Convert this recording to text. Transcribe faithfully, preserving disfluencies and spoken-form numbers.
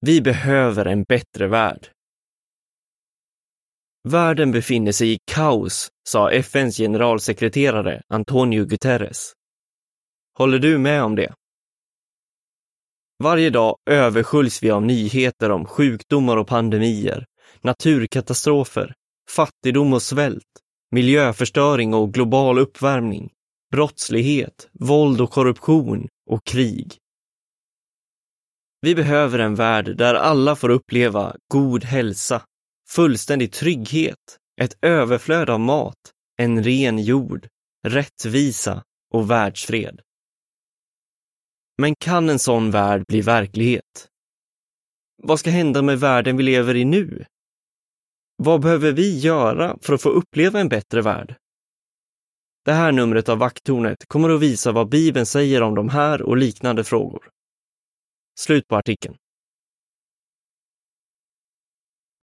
Vi behöver en bättre värld. Världen befinner sig i kaos, sa F N:s generalsekreterare Antonio Guterres. Håller du med om det? Varje dag översköljs vi av nyheter om sjukdomar och pandemier, naturkatastrofer, fattigdom och svält, miljöförstöring och global uppvärmning, brottslighet, våld och korruption och krig. Vi behöver en värld där alla får uppleva god hälsa, fullständig trygghet, ett överflöd av mat, en ren jord, rättvisa och världsfred. Men kan en sån värld bli verklighet? Vad ska hända med världen vi lever i nu? Vad behöver vi göra för att få uppleva en bättre värld? Det här numret av Vakttornet kommer att visa vad Bibeln säger om de här och liknande frågor. Slut på artikeln.